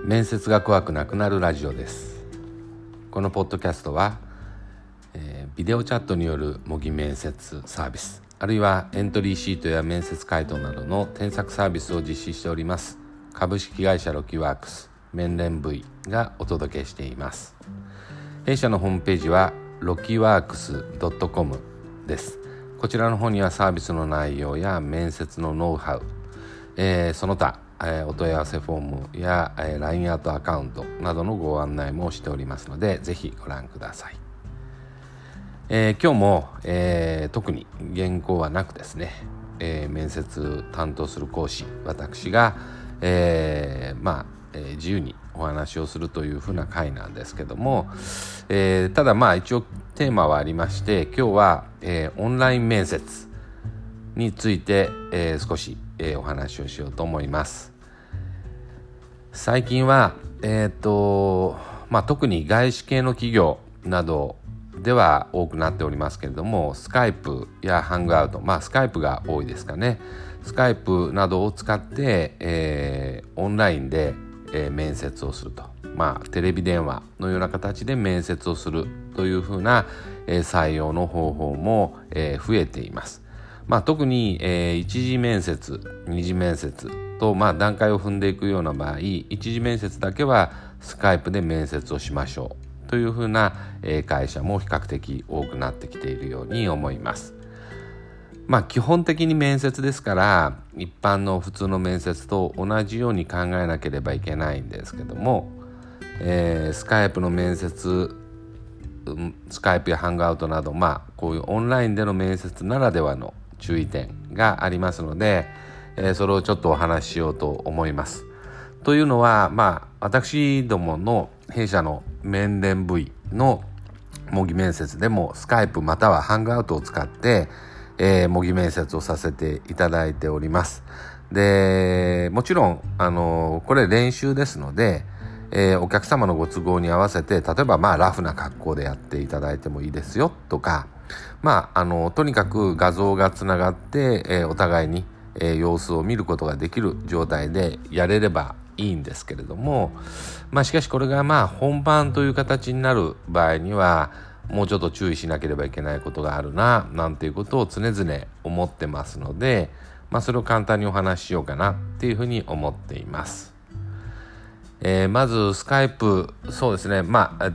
面接が怖くなくなるラジオです。このポッドキャストは、ビデオチャットによる模擬面接サービス、あるいはエントリーシートや面接回答などの添削サービスを実施しております株式会社ロキワークス面連 V がお届けしています。弊社のホームページはロキワークス .com です。こちらの方にはサービスの内容や面接のノウハウ、その他お問い合わせフォームや LINE アートアカウントなどのご案内もしておりますので、ぜひご覧ください。今日も、特に原稿はなくですね、面接担当する講師私が、自由にお話をするというふうな回なんですけども、ただ一応テーマはありまして、今日は、オンライン面接について、少しお話をしようと思います。最近は、特に外資系の企業などでは多くなっておりますけれども、スカイプやハングアウト、スカイプが多いですかね。スカイプなどを使って、オンラインで、面接をすると、テレビ電話のような形で面接をするというふうな、採用の方法も、増えています。特に、一次面接、二次面接と、段階を踏んでいくような場合、一次面接だけはスカイプで面接をしましょうというふうな、会社も比較的多くなってきているように思います。基本的に面接ですから、一般の普通の面接と同じように考えなければいけないんですけども、スカイプの面接、スカイプやハングアウトなど、こういうオンラインでの面接ならではの注意点がありますので、それをちょっとお話ししようと思います。というのは、私どもの弊社の面連 V の模擬面接でもスカイプまたはハングアウトを使って、模擬面接をさせていただいております。で、もちろんこれ練習ですので、お客様のご都合に合わせて、例えばラフな格好でやっていただいてもいいですよとか、とにかく画像がつながって、お互いに、様子を見ることができる状態でやれればいいんですけれども、しかしこれが本番という形になる場合にはもうちょっと注意しなければいけないことがあるな、なんていうことを常々思ってますので、それを簡単にお話ししようかなっていうふうに思っています。まずスカイプ、そうですね、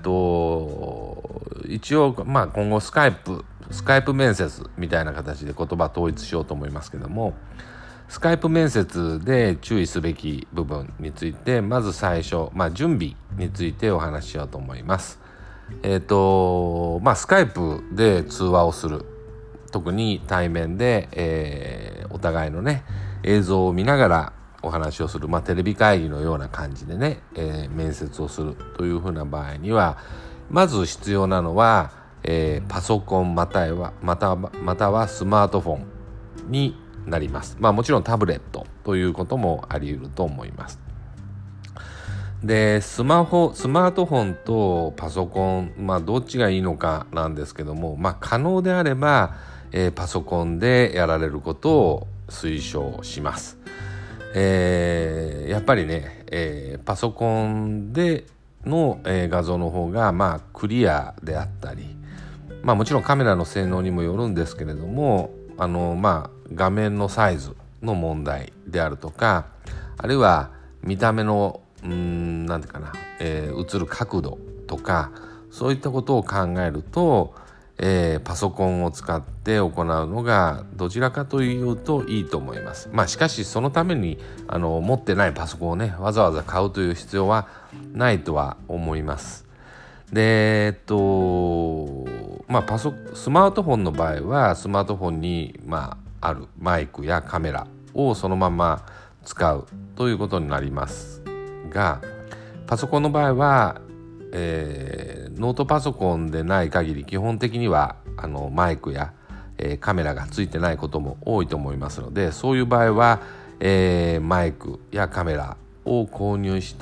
一応今後スカイプ面接みたいな形で言葉統一しようと思いますけども、スカイプ面接で注意すべき部分について、まず最初、準備についてお話ししようと思います。スカイプで通話をする、特に対面で、お互いのね映像を見ながらお話をする、テレビ会議のような感じでね、面接をするというふうな場合には、まず必要なのは、パソコンまたはスマートフォンになります。もちろんタブレットということもあり得ると思います。で、スマートフォンとパソコン、どっちがいいのかなんですけども、可能であれば、パソコンでやられることを推奨します。やっぱりね、パソコンでの、画像の方がクリアであったり、もちろんカメラの性能にもよるんですけれども、画面のサイズの問題であるとか、あるいは見た目の映る角度とか、そういったことを考えると、パソコンを使って行うのがどちらかというといいと思います。しかしそのために持ってないパソコンをねわざわざ買うという必要はないとは思います。で、スマートフォンの場合はスマートフォンにあるマイクやカメラをそのまま使うということになりますが、パソコンの場合は、ノートパソコンでない限り基本的にはマイクや、カメラがついてないことも多いと思いますので、そういう場合は、マイクやカメラを購入して、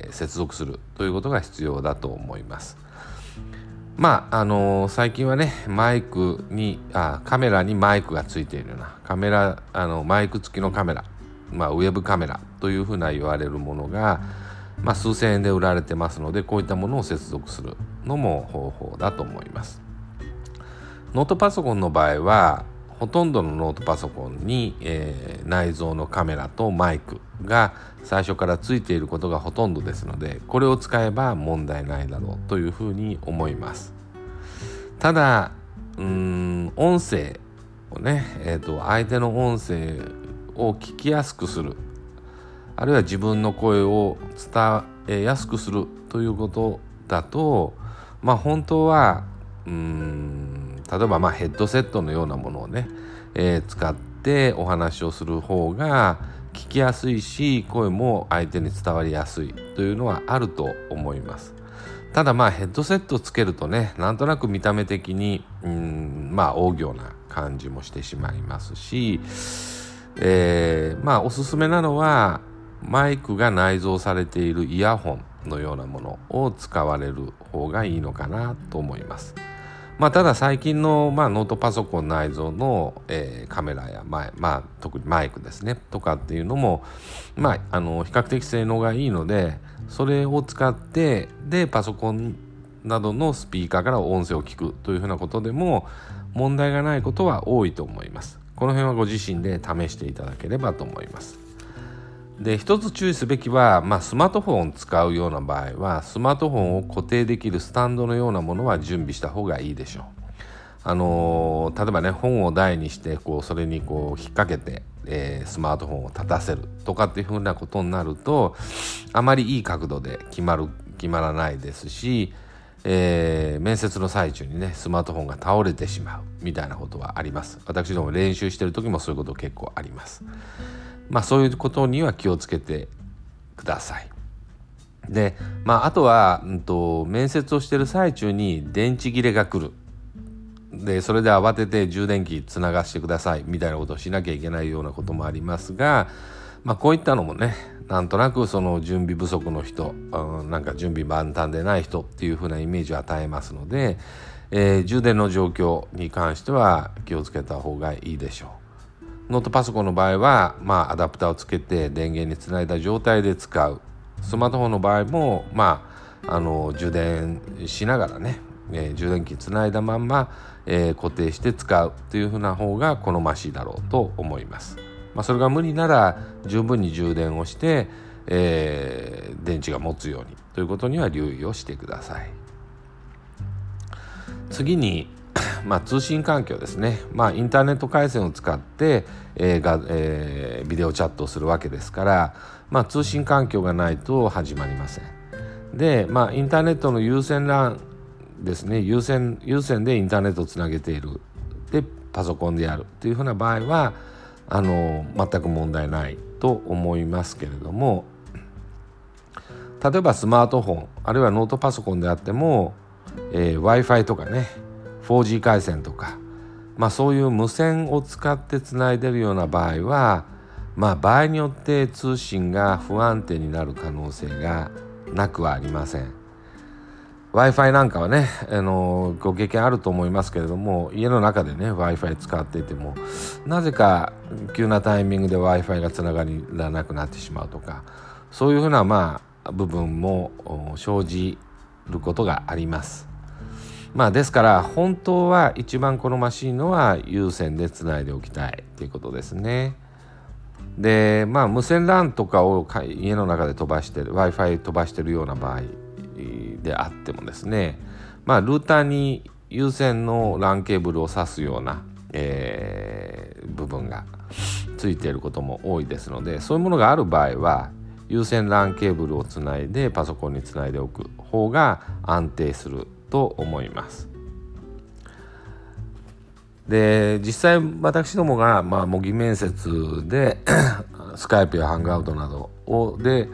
接続するということが必要だと思います。最近はねカメラにマイクがついているようなマイク付きのカメラ、ウェブカメラというふうな言われるものが、 数千円で売られてますので、こういったものを接続するのも方法だと思います。ノートパソコンの場合はほとんどのノートパソコンに、内蔵のカメラとマイクが最初からついていることがほとんどですので、これを使えば問題ないだろうというふうに思います。ただ音声をね、相手の音声を聞きやすくする、あるいは自分の声を伝えやすくするということだと、本当は例えばヘッドセットのようなものをね、使ってお話をする方が聞きやすいし、声も相手に伝わりやすいというのはあると思います。ただヘッドセットつけるとね、なんとなく見た目的に大行な感じもしてしまいますし、おすすめなのはマイクが内蔵されているイヤホンのようなものを使われる方がいいのかなと思います。ただ最近の、ノートパソコン内蔵の、カメラや特にマイクですねとかっていうのも、比較的性能がいいので、それを使ってパソコンなどのスピーカーから音声を聞くというふうなことでも問題がないことは多いと思います。この辺はご自身で試していただければと思います。で、一つ注意すべきは、スマートフォンを使うような場合はスマートフォンを固定できるスタンドのようなものは準備した方がいいでしょう。例えばね、本を台にしてそれに引っ掛けて、スマートフォンを立たせるとかっていうふうなことになると、あまりいい角度で決まらないですし、面接の最中にねスマートフォンが倒れてしまうみたいなことはあります。私ども練習している時もそういうこと結構あります。そういうことには気をつけてください。で、あとは、面接をしている最中に電池切れが来る。で、それで慌てて充電器つながしてくださいみたいなことをしなきゃいけないようなこともありますが、こういったのもね、なんとなくその準備不足の人、なんか準備万端でない人っていう風なイメージを与えますので、充電の状況に関しては気をつけた方がいいでしょう。ノートパソコンの場合は、アダプターをつけて電源につないだ状態で使う。スマートフォンの場合も、充電しながらね、充電器つないだまんま、固定して使うというふうな方が好ましいだろうと思います。それが無理なら十分に充電をして、電池が持つようにということには留意をしてください。次に通信環境ですね。インターネット回線を使って、ビデオチャットをするわけですから、通信環境がないと始まりません。で、インターネットの有線 LAN ですね、有線でインターネットをつなげているでパソコンでやるというふうな場合は全く問題ないと思いますけれども、例えばスマートフォンあるいはノートパソコンであっても、Wi-Fi とかね 4G 回線とか、そういう無線を使ってつないでるような場合は、場合によって通信が不安定になる可能性がなくはありません。 Wi-Fi なんかはね、ご経験あると思いますけれども、家の中でね Wi-Fi 使っていてもなぜか急なタイミングで Wi-Fi がつながらなくなってしまうとか、そういうふうな部分も生じることがあります。ですから本当は一番好ましいのは有線でつないでおきたいということですね。で、無線 LAN とかを家の中で飛ばしてる Wi-Fi 飛ばしてるような場合であってもですね、ルーターに有線の LAN ケーブルを挿すような、部分がついていることも多いですので、そういうものがある場合は有線 LAN ケーブルをつないでパソコンにつないでおく方が安定すると思います。で、実際私どもが模擬面接でスカイプやハングアウトなどで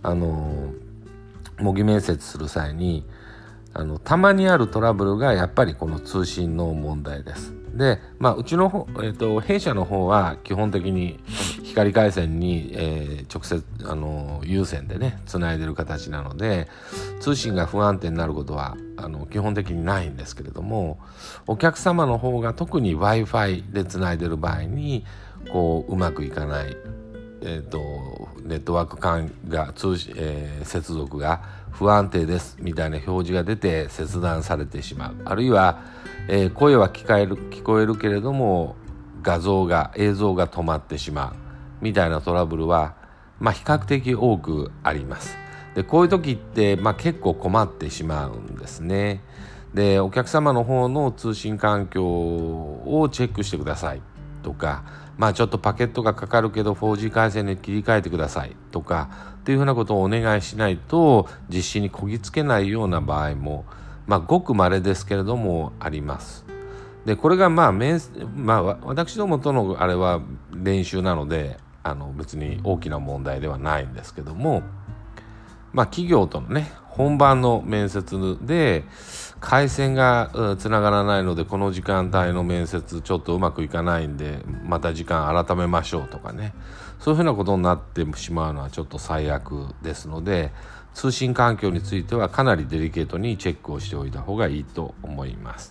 模擬面接する際にたまにあるトラブルがやっぱりこの通信の問題です。で、うちの弊社の方は基本的に光回線に、直接有線でねつないでる形なので、通信が不安定になることは基本的にないんですけれども、お客様の方が特に Wi-Fi でつないでる場合にうまくいかないネットワーク間が接続が不安定ですみたいな表示が出て切断されてしまう、あるいは、声は聞こえるけれども映像が止まってしまうみたいなトラブルは、比較的多くあります。でこういう時って、結構困ってしまうんですね。でお客様の方の通信環境をチェックしてくださいとか、ちょっとパケットがかかるけど 4G 回線に切り替えてくださいとかっていうふうなことをお願いしないと実施にこぎつけないような場合も、ごく稀ですけれどもあります。でこれが私どもとのあれは練習なので別に大きな問題ではないんですけども、企業とのね本番の面接で回線がつながらないのでこの時間帯の面接ちょっとうまくいかないんでまた時間改めましょうとかね、そういうふうなことになってしまうのはちょっと最悪ですので、通信環境についてはかなりデリケートにチェックをしておいた方がいいと思います。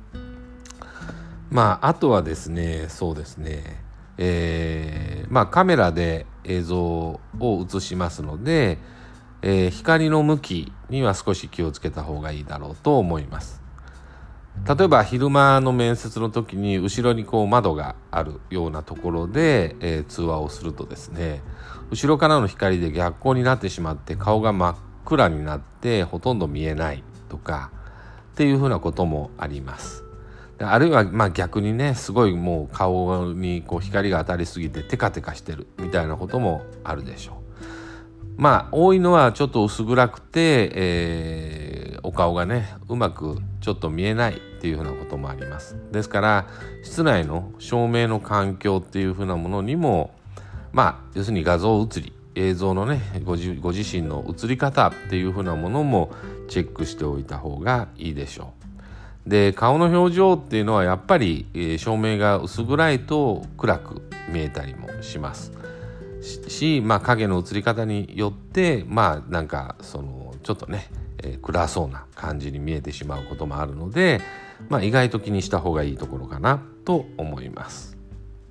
あとはですね、そうですね、カメラで映像を映しますので、光の向きには少し気をつけた方がいいだろうと思います。例えば昼間の面接の時に後ろに窓があるようなところで、通話をするとですね、後ろからの光で逆光になってしまって顔が真っ暗になってほとんど見えないとかっていうふうなこともあります。あるいは逆にね、すごいもう顔に光が当たりすぎてテカテカしてるみたいなこともあるでしょう。多いのはちょっと薄暗くて、お顔がねうまくちょっと見えないっていうふうなこともあります。ですから室内の照明の環境っていうふうなものにも要するに画像映り映像のねご自身の映り方っていうふうなものもチェックしておいた方がいいでしょう。で顔の表情っていうのはやっぱり、照明が薄暗いと暗く見えたりもしますし、影の映り方によってちょっとね、暗そうな感じに見えてしまうこともあるので、意外と気にした方がいいところかなと思います。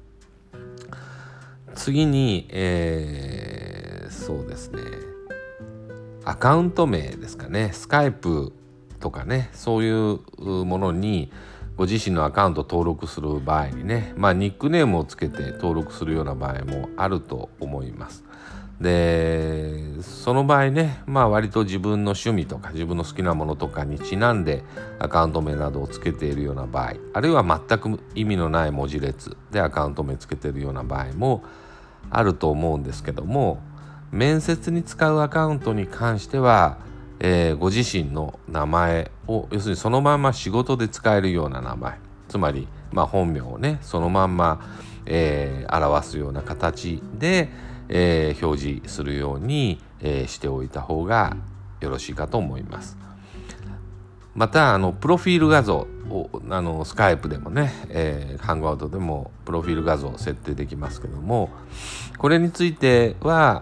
次に、そうですね、アカウント名ですかね。スカイプとかね、そういうものにご自身のアカウントを登録する場合にね、ニックネームをつけて登録するような場合もあると思います。でその場合ね、割と自分の趣味とか自分の好きなものとかにちなんでアカウント名などをつけているような場合、あるいは全く意味のない文字列でアカウント名つけているような場合もあると思うんですけども、面接に使うアカウントに関しては、ご自身の名前を要するにそのまんま仕事で使えるような名前、つまり、本名をねそのまんま、表すような形で、表示するように、しておいた方がよろしいかと思います。またプロフィール画像をスカイプでもね、ハングアウトでもプロフィール画像を設定できますけども、これについては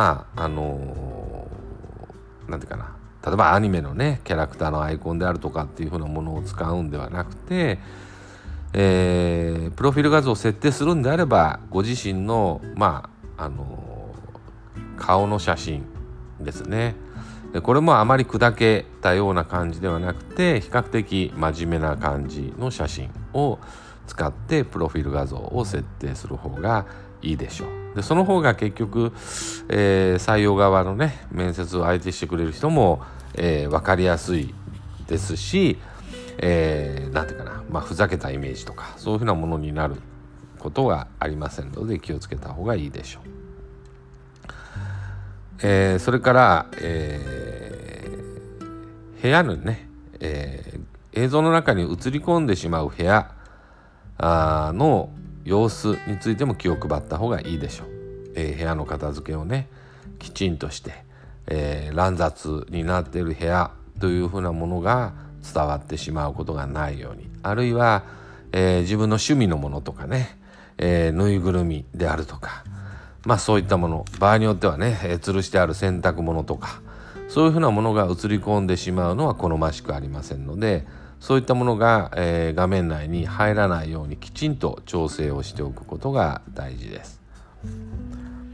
なんていうかな、例えばアニメのねキャラクターのアイコンであるとかっていう風なものを使うんではなくて、プロフィール画像を設定するんであればご自身の顔の写真ですね。でこれもあまり砕けたような感じではなくて比較的真面目な感じの写真を使ってプロフィール画像を設定する方がいいでしょう。でその方が結局、採用側のね面接を相手してくれる人も、分かりやすいですし、なんていうかな、ふざけたイメージとかそういうふうなものになることはありませんので気をつけた方がいいでしょう。それから、部屋のね、映像の中に映り込んでしまう部屋の様子についても気を配った方がいいでしょう。部屋の片付けをねきちんとして、乱雑になっている部屋というふうなものが伝わってしまうことがないように、あるいは、自分の趣味のものとかね、ぬいぐるみであるとか、そういったもの、場合によってはね、吊るしてある洗濯物とかそういうふうなものが映り込んでしまうのは好ましくありませんので、そういったものが、画面内に入らないようにきちんと調整をしておくことが大事です。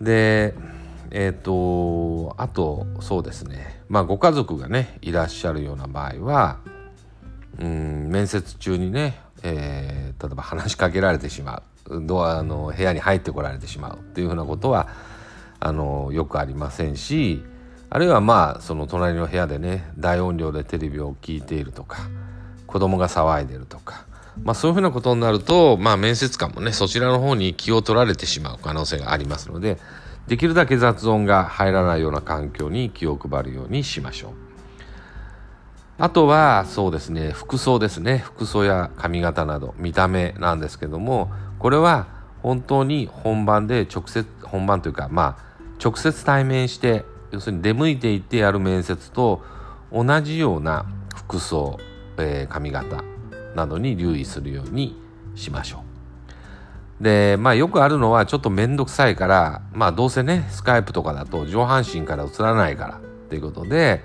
であとそうですね、ご家族がねいらっしゃるような場合は面接中にね、例えば話しかけられてしまう、ドアの部屋に入ってこられてしまうっていうふうなことはよくありませんし、あるいはその隣の部屋でね大音量でテレビを聞いているとか、子供が騒いでるとか、そういうふうなことになると、面接官もねそちらの方に気を取られてしまう可能性がありますので、できるだけ雑音が入らないような環境に気を配るようにしましょう。あとはそうですね、服装ですね。服装や髪型など見た目なんですけども、これは本当に本番というか直接対面して、要するに出向いていってやる面接と同じような服装、髪型などに留意するようにしましょう。でよくあるのはちょっとめんどくさいから、どうせねスカイプとかだと上半身から映らないからっていうことで、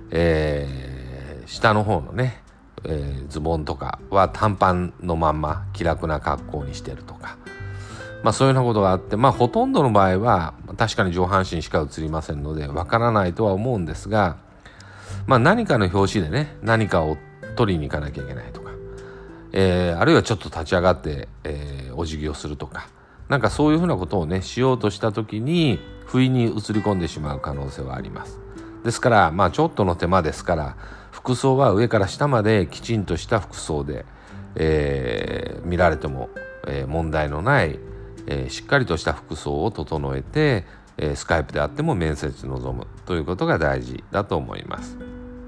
下の方のね、ズボンとかは短パンのまんま気楽な格好にしてるとか、そういうようなことがあって、ほとんどの場合は確かに上半身しか映りませんのでわからないとは思うんですが、何かの表紙でね何かを取りに行かなきゃいけないとか、あるいはちょっと立ち上がって、お辞儀をするとか、そういうふうなことをねしようとした時に不意に映り込んでしまう可能性はあります。ですからちょっとの手間ですから、服装は上から下まできちんとした服装で、見られても、問題のない、しっかりとした服装を整えて、スカイプであっても面接に臨むということが大事だと思います。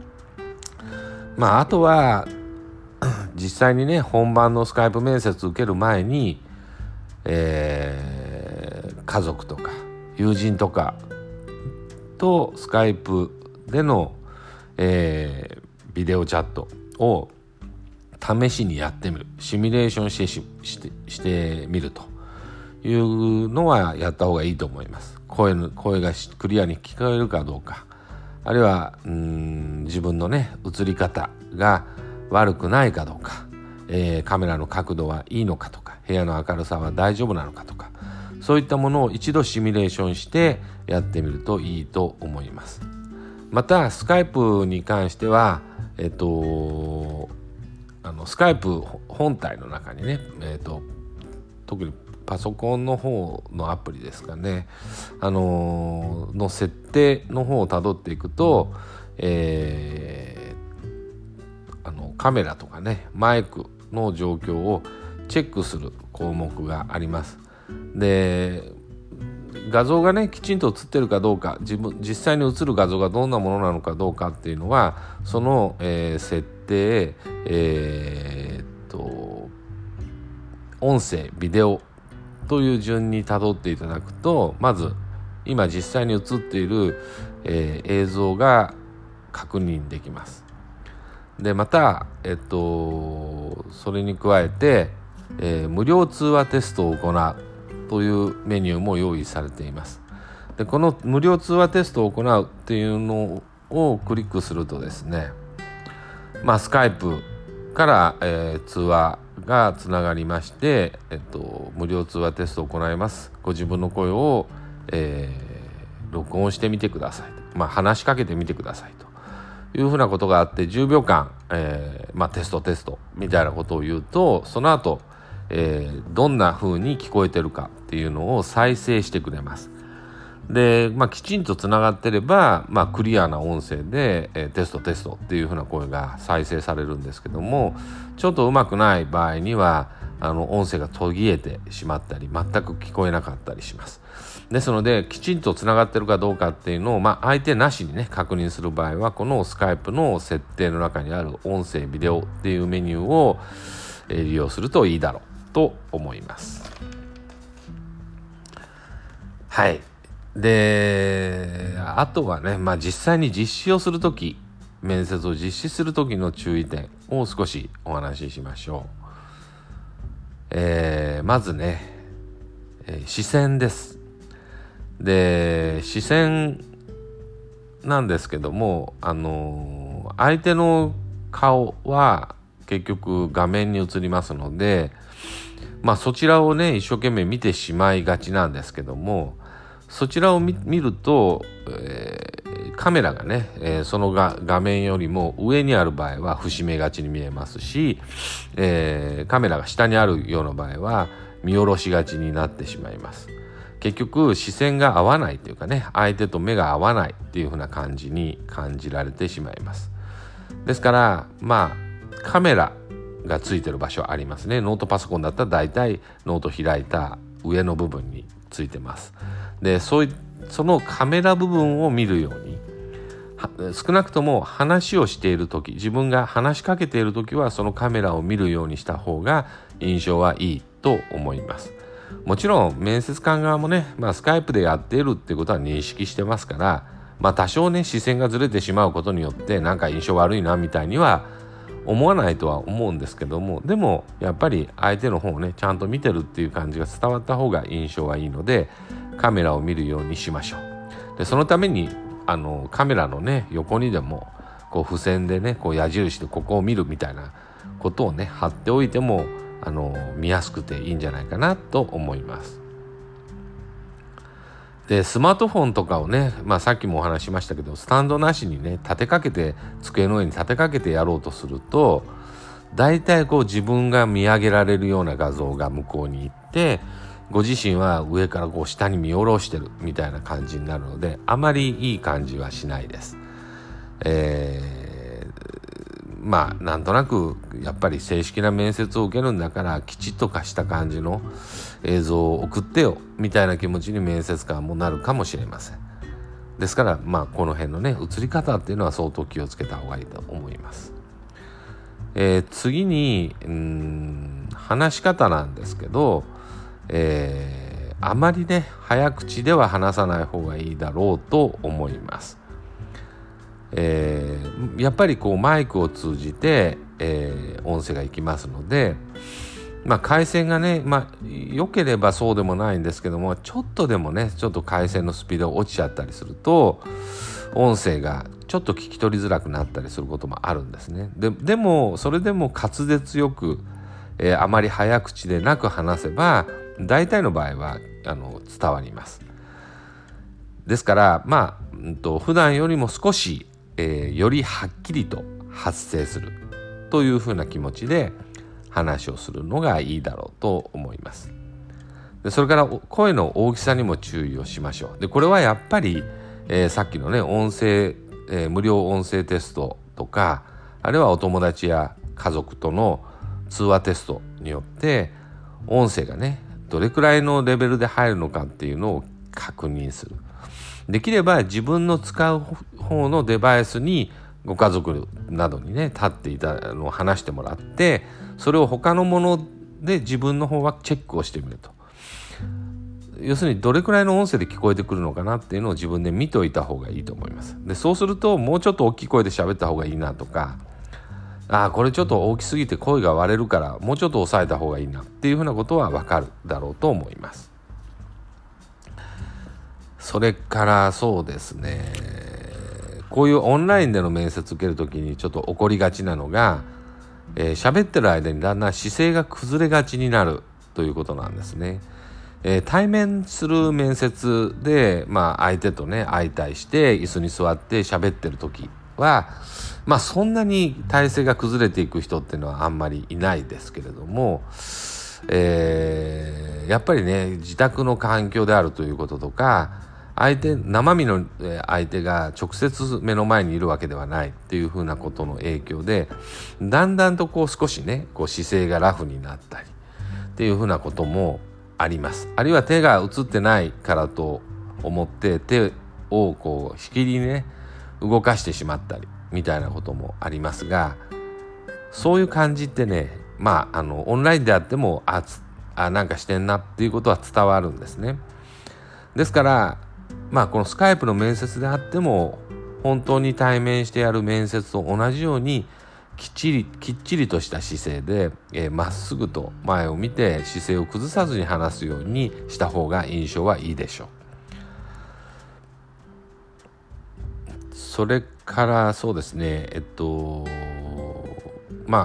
あとは実際にね本番のスカイプ面接を受ける前に、家族とか友人とかとスカイプでの、ビデオチャットを試しにやってみる、シミュレーションしてみるというのはやった方がいいと思います。声がクリアに聞こえるかどうか、あるいは自分のね映り方が悪くないかどうか、カメラの角度はいいのかとか、部屋の明るさは大丈夫なのかとか、そういったものを一度シミュレーションしてやってみるといいと思います。またスカイプに関してはスカイプ本体の中にね、特にパソコンの方のアプリですかね、の設定の方をたどっていくと、カメラとかねマイクの状況をチェックする項目があります。で画像がねきちんと映ってるかどうか、実際に映る画像がどんなものなのかどうかっていうのは、その、設定、音声ビデオという順にたどっていただくと、まず今実際に映っている、映像が確認できます。でまた、それに加えて、無料通話テストを行うというメニューも用意されています。でこの無料通話テストを行うっていうのをクリックするとですね、スカイプから、通話がつながりまして、無料通話テストを行います。ご自分の声を、録音してみてください、話しかけてみてくださいというふうなことがあって、10秒間、テストみたいなことを言うと、その後どんな風に聞こえてるかっていうのを再生してくれます。で、きちんとつながってれば、クリアな音声で、テストっていう風な声が再生されるんですけども、ちょっとうまくない場合には音声が途切れてしまったり全く聞こえなかったりします。ですのできちんとつながってるかどうかっていうのを、相手なしにね確認する場合は、このスカイプの設定の中にある音声ビデオっていうメニューを利用するといいだろうと思います。はい。であとはね、実際に実施をするとき、面接を実施するときの注意点を少しお話ししましょう。まずね、視線です。で視線なんですけども、相手の顔は結局画面に映りますので、そちらをね一生懸命見てしまいがちなんですけども、 そちらを見ると、カメラがね、その画面よりも上にある場合は伏し目がちに見えますし、カメラが下にあるような場合は見下ろしがちになってしまいます。結局視線が合わないというかね、相手と目が合わないっていう風な感じに感じられてしまいます。ですからカメラがついてる場所ありますね。ノートパソコンだったら大体ノート開いた上の部分についてます。でそのカメラ部分を見るように、少なくとも話をしている時、自分が話しかけている時はそのカメラを見るようにした方が印象はいいと思います。もちろん面接官側もね、スカイプでやっているっていうことは認識してますから、多少ね視線がずれてしまうことによってなんか印象悪いなみたいには思わないとは思うんですけども、でもやっぱり相手の方をねちゃんと見てるっていう感じが伝わった方が印象はいいので、カメラを見るようにしましょう。でそのためにカメラのね横にでもこう付箋でねこう矢印でここを見るみたいなことをね貼っておいても見やすくていいんじゃないかなと思います。でスマートフォンとかをね、さっきもお話しましたけど、スタンドなしにね机の上に立てかけてやろうとすると、だいたいこう自分が見上げられるような画像が向こうに行って、ご自身は上からこう下に見下ろしてるみたいな感じになるので、あまりいい感じはしないです。なんとなくやっぱり正式な面接を受けるんだからきちっとした感じの映像を送ってよみたいな気持ちに面接官もなるかもしれません。ですからこの辺のね映り方っていうのは相当気をつけた方がいいと思います。次に話し方なんですけど、あまりね早口では話さない方がいいだろうと思います。やっぱりこうマイクを通じて、音声がいきますので、回線がね良ければそうでもないんですけども、ちょっとでもね回線のスピードが落ちちゃったりすると音声がちょっと聞き取りづらくなったりすることもあるんですね。でもそれでも滑舌よく、あまり早口でなく話せば大体の場合は伝わります。ですから普段よりも少しよりはっきりと発声するというふうな気持ちで話をするのがいいだろうと思います。でそれから声の大きさにも注意をしましょう。でこれはやっぱり、さっきのね音声、無料音声テストとか、あるいはお友達や家族との通話テストによって音声がねどれくらいのレベルで入るのかっていうのを確認する。できれば自分の使う方のデバイスにご家族などにね立っていたのを話してもらって、それを他のもので自分の方はチェックをしてみると。要するにどれくらいの音声で聞こえてくるのかなっていうのを自分で見ておいた方がいいと思います。でそうするともうちょっと大きい声で喋った方がいいなとか、これちょっと大きすぎて声が割れるからもうちょっと抑えた方がいいなっていうふうなことは分かるだろうと思います。それからそうですね、こういうオンラインでの面接受けるときにちょっと起こりがちなのが、喋ってる間にだんだん姿勢が崩れがちになるということなんですね。対面する面接で、相手とね相対して椅子に座って喋ってるときは、そんなに体勢が崩れていく人っていうのはあんまりいないですけれども、やっぱりね自宅の環境であるということとか、生身の相手が直接目の前にいるわけではないっていうふうなことの影響で、だんだんと少しね姿勢がラフになったりっていうふうなこともあります。あるいは手が映ってないからと思って手をしきりにね動かしてしまったりみたいなこともありますが、そういう感じってねオンラインであってもなんかしてんなっていうことは伝わるんですね。ですからこのスカイプの面接であっても本当に対面してやる面接と同じようにきっちりとした姿勢でまっすぐと前を見て姿勢を崩さずに話すようにした方が印象はいいでしょう。それからそうですね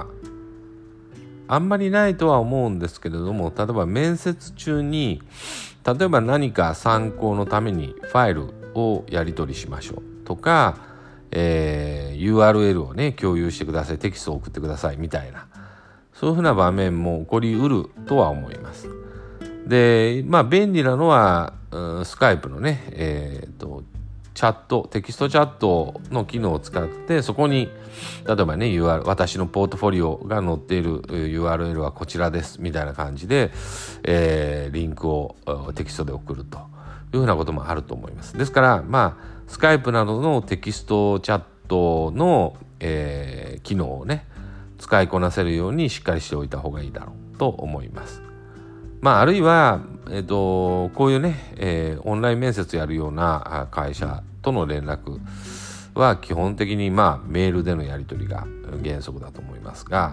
あんまりないとは思うんですけれども、例えば面接中に例えば何か参考のためにファイルをやり取りしましょうとか、URL をね共有してください、テキストを送ってくださいみたいな、そういうふうな場面も起こりうるとは思います。で、便利なのは、スカイプのね、チャット、テキストチャットの機能を使って、そこに例えばね 私のポートフォリオが載っている URL はこちらですみたいな感じで、リンクをテキストで送るというふうなこともあると思います。ですからスカイプなどのテキストチャットの、機能をね使いこなせるようにしっかりしておいた方がいいだろうと思います。あるいは、こういうね、オンライン面接やるような会社との連絡は基本的にメールでのやり取りが原則だと思いますが、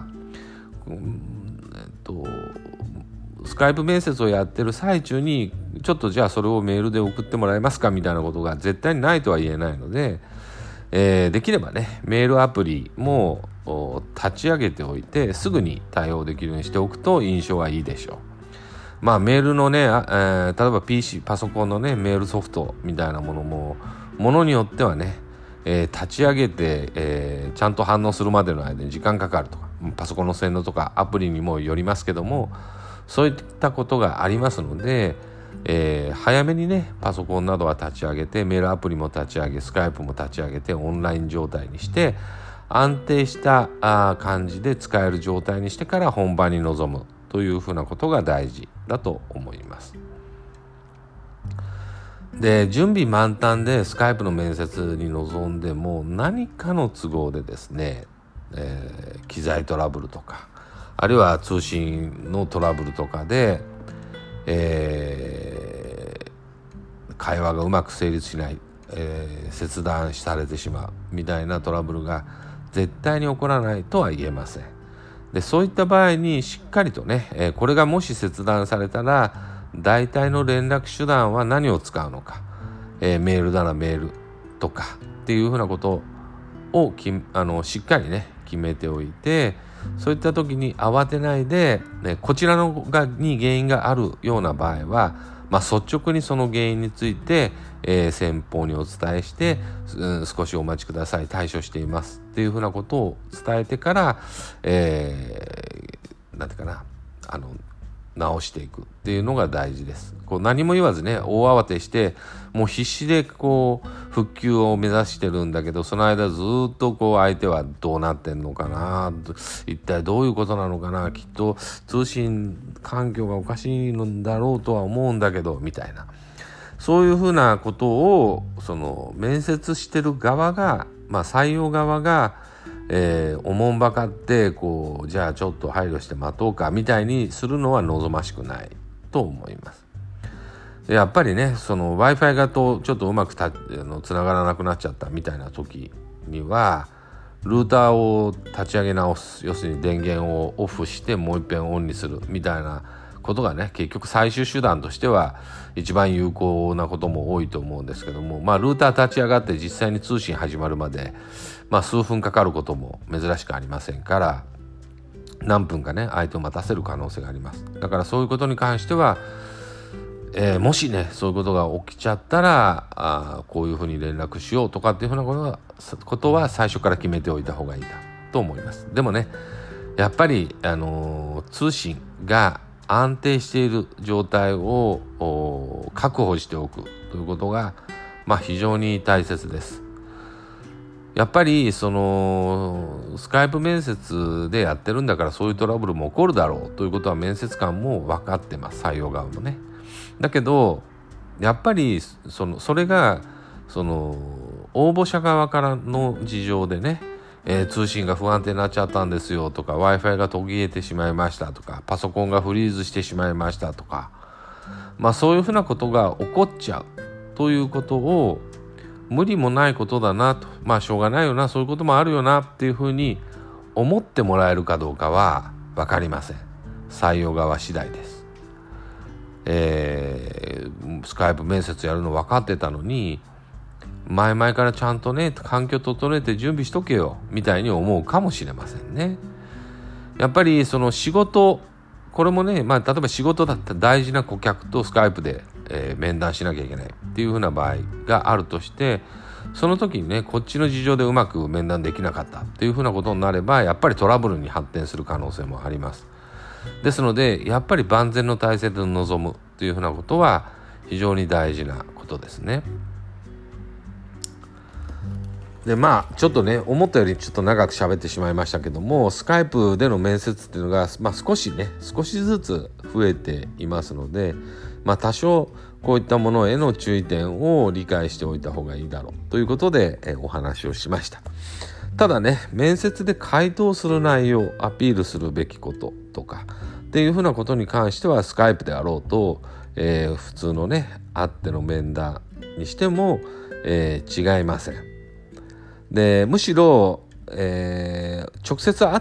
スカイプ面接をやってる最中にちょっとじゃあそれをメールで送ってもらえますかみたいなことが絶対にないとは言えないので、できればねメールアプリも立ち上げておいてすぐに対応できるようにしておくと印象がいいでしょう。メールのね、例えばパソコンのねメールソフトみたいなものもものによってはね、立ち上げて、ちゃんと反応するまでの間に時間かかるとか、パソコンの性能とかアプリにもよりますけども、そういったことがありますので、早めにねパソコンなどは立ち上げて、メールアプリも立ち上げ、スカイプも立ち上げてオンライン状態にして安定した感じで使える状態にしてから本番に臨むというふうなことが大事だと思います。で、準備満タンでスカイプの面接に臨んでも何かの都合でですね、機材トラブルとか、あるいは通信のトラブルとかで、会話がうまく成立しない、切断されてしまうみたいなトラブルが絶対に起こらないとは言えません。で、そういった場合にしっかりとね、これがもし切断されたら大体の連絡手段は何を使うのか、メールならメールとかっていうふうなことをしっかりね決めておいて、そういった時に慌てないで、こちらに原因があるような場合は、率直にその原因について、先方にお伝えして、少しお待ちください、対処していますっていうふうなことを伝えてから、なんていうかな、直していくっていうのが大事です。何も言わずね、大慌てしてもう必死で復旧を目指してるんだけど、その間ずっと相手はどうなってんのかな、一体どういうことなのかな、きっと通信環境がおかしいんだろうとは思うんだけどみたいな、そういうふうなことを面接してる側が、採用側がおもんばかってじゃあちょっと配慮して待とうかみたいにするのは望ましくないと思います。やっぱりねWi-Fi がちょっとうまくつながらなくなっちゃったみたいな時にはルーターを立ち上げ直す、要するに電源をオフしてもう一遍オンにするみたいなことがね、結局最終手段としては一番有効なことも多いと思うんですけども、ルーター立ち上がって実際に通信始まるまで数分かかることも珍しくありませんから、何分かね相手を待たせる可能性があります。だからそういうことに関しては、もしねそういうことが起きちゃったらこういうふうに連絡しようとかっていうふうなことは最初から決めておいた方がいいと思います。でもねやっぱり、通信が安定している状態を確保しておくということが、非常に大切です。やっぱりスカイプ面接でやってるんだからそういうトラブルも起こるだろうということは面接官も分かってます、採用側もね。だけどやっぱりそれが応募者側からの事情でね、通信が不安定になっちゃったんですよとか、 Wi-Fi が途切れてしまいましたとか、パソコンがフリーズしてしまいましたとか、そういうふうなことが起こっちゃうということを無理もないことだなと、しょうがないよな、そういうこともあるよなっていうふうに思ってもらえるかどうかは分かりません。採用側次第です。スカイプ面接やるの分かってたのに前々からちゃんとね環境整えて準備しとけよみたいに思うかもしれませんね。やっぱり仕事、これもね、例えば仕事だったら大事な顧客とスカイプで、 面談しなきゃいけないっていうふうな場合があるとして、その時にねこっちの事情でうまく面談できなかったっていうふうなことになれば、やっぱりトラブルに発展する可能性もあります。ですのでやっぱり万全の体制で臨むというふうなことは非常に大事なことですね。でちょっとね思ったよりちょっと長く喋ってしまいましたけども、スカイプでの面接っていうのが、少しずつ増えていますので、多少こういったものへの注意点を理解しておいた方がいいだろうということで、お話をしました。ただね、面接で回答する内容、アピールするべきこととかっていうふうなことに関してはスカイプであろうと、普通のね会っての面談にしても、違いません。でむしろ、直接会って、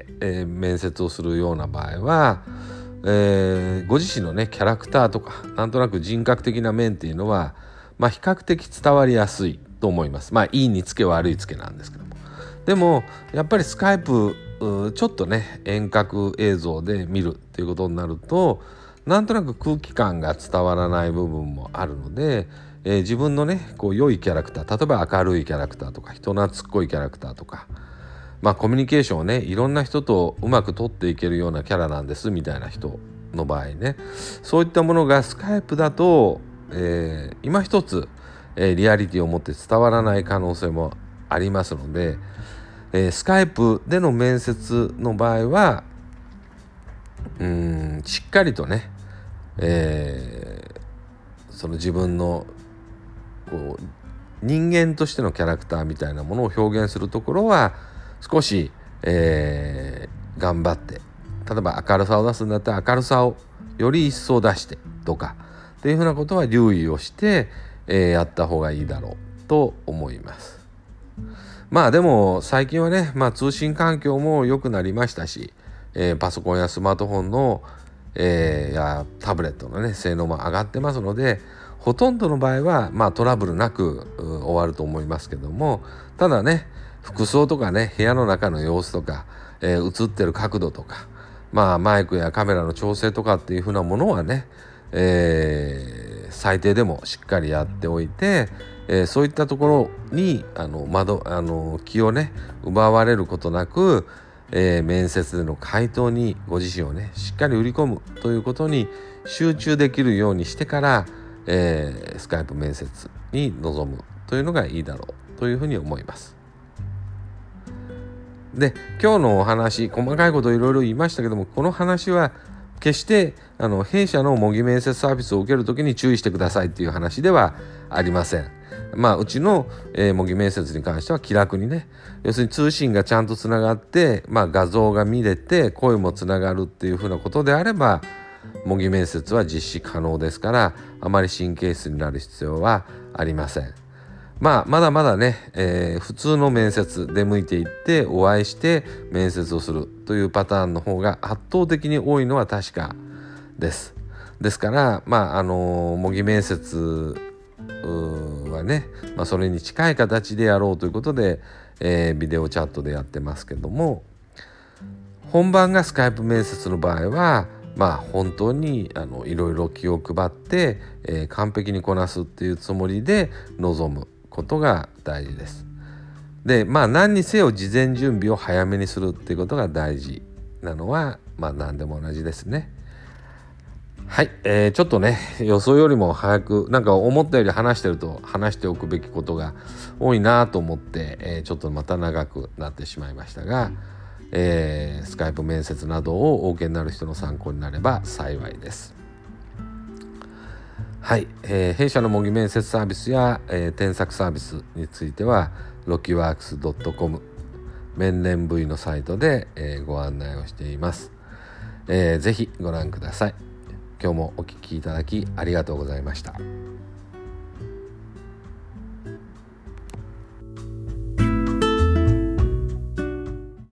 面接をするような場合は、ご自身のねキャラクターとかなんとなく人格的な面っていうのは、比較的伝わりやすいと思います。いいにつけ悪いつけなんですけども、でもやっぱりスカイプちょっとね遠隔映像で見るっていうことになると、なんとなく空気感が伝わらない部分もあるので、自分のね良いキャラクター、例えば明るいキャラクターとか人懐っこいキャラクターとか、コミュニケーションをねいろんな人とうまく取っていけるようなキャラなんですみたいな人の場合ね、そういったものがスカイプだと、今一つ、リアリティを持って伝わらない可能性もありますので、スカイプでの面接の場合はしっかりとね、その自分の人間としてのキャラクターみたいなものを表現するところは少し、頑張って、例えば明るさを出すんだったら明るさをより一層出してとかっていうふうなことは留意をして、やった方がいいだろうと思います。でも最近はね、通信環境も良くなりましたし、パソコンやスマートフォンの、やタブレットのね性能も上がってますので、ほとんどの場合は、トラブルなく終わると思いますけども、ただね服装とかね部屋の中の様子とか、映ってる角度とか、マイクやカメラの調整とかっていうふうなものはね、最低でもしっかりやっておいて、そういったところに気をね奪われることなく、面接での回答にご自身をねしっかり売り込むということに集中できるようにしてから、スカイプ面接に臨むというのがいいだろうというふうに思います。で、今日のお話、細かいことをいろいろ言いましたけども、この話は決して弊社の模擬面接サービスを受けるときに注意してくださいっていう話ではありません。うちの、模擬面接に関しては気楽にね、要するに通信がちゃんとつながって、画像が見れて声もつながるっていうふうなことであれば模擬面接は実施可能ですから、あまり神経質になる必要はありません。まだまだね、普通の面接出向いていってお会いして面接をするというパターンの方が圧倒的に多いのは確かです。ですから模擬面接はね、それに近い形でやろうということで、ビデオチャットでやってますけども、本番がスカイプ面接の場合は本当にいろいろ気を配って、完璧にこなすっていうつもりで臨むことが大事です。で何にせよ事前準備を早めにするっていうことが大事なのは何でも同じですね。はい、ちょっとね予想よりも早く思ったより話してると話しておくべきことが多いなと思って、ちょっとまた長くなってしまいましたが、スカイプ面接などをお受けになる人の参考になれば幸いです。はい、弊社の模擬面接サービスや、添削サービスについては Lokiworks.com 面連 V のサイトで、ご案内をしています。ぜひご覧ください。今日もお聞きいただきありがとうございました。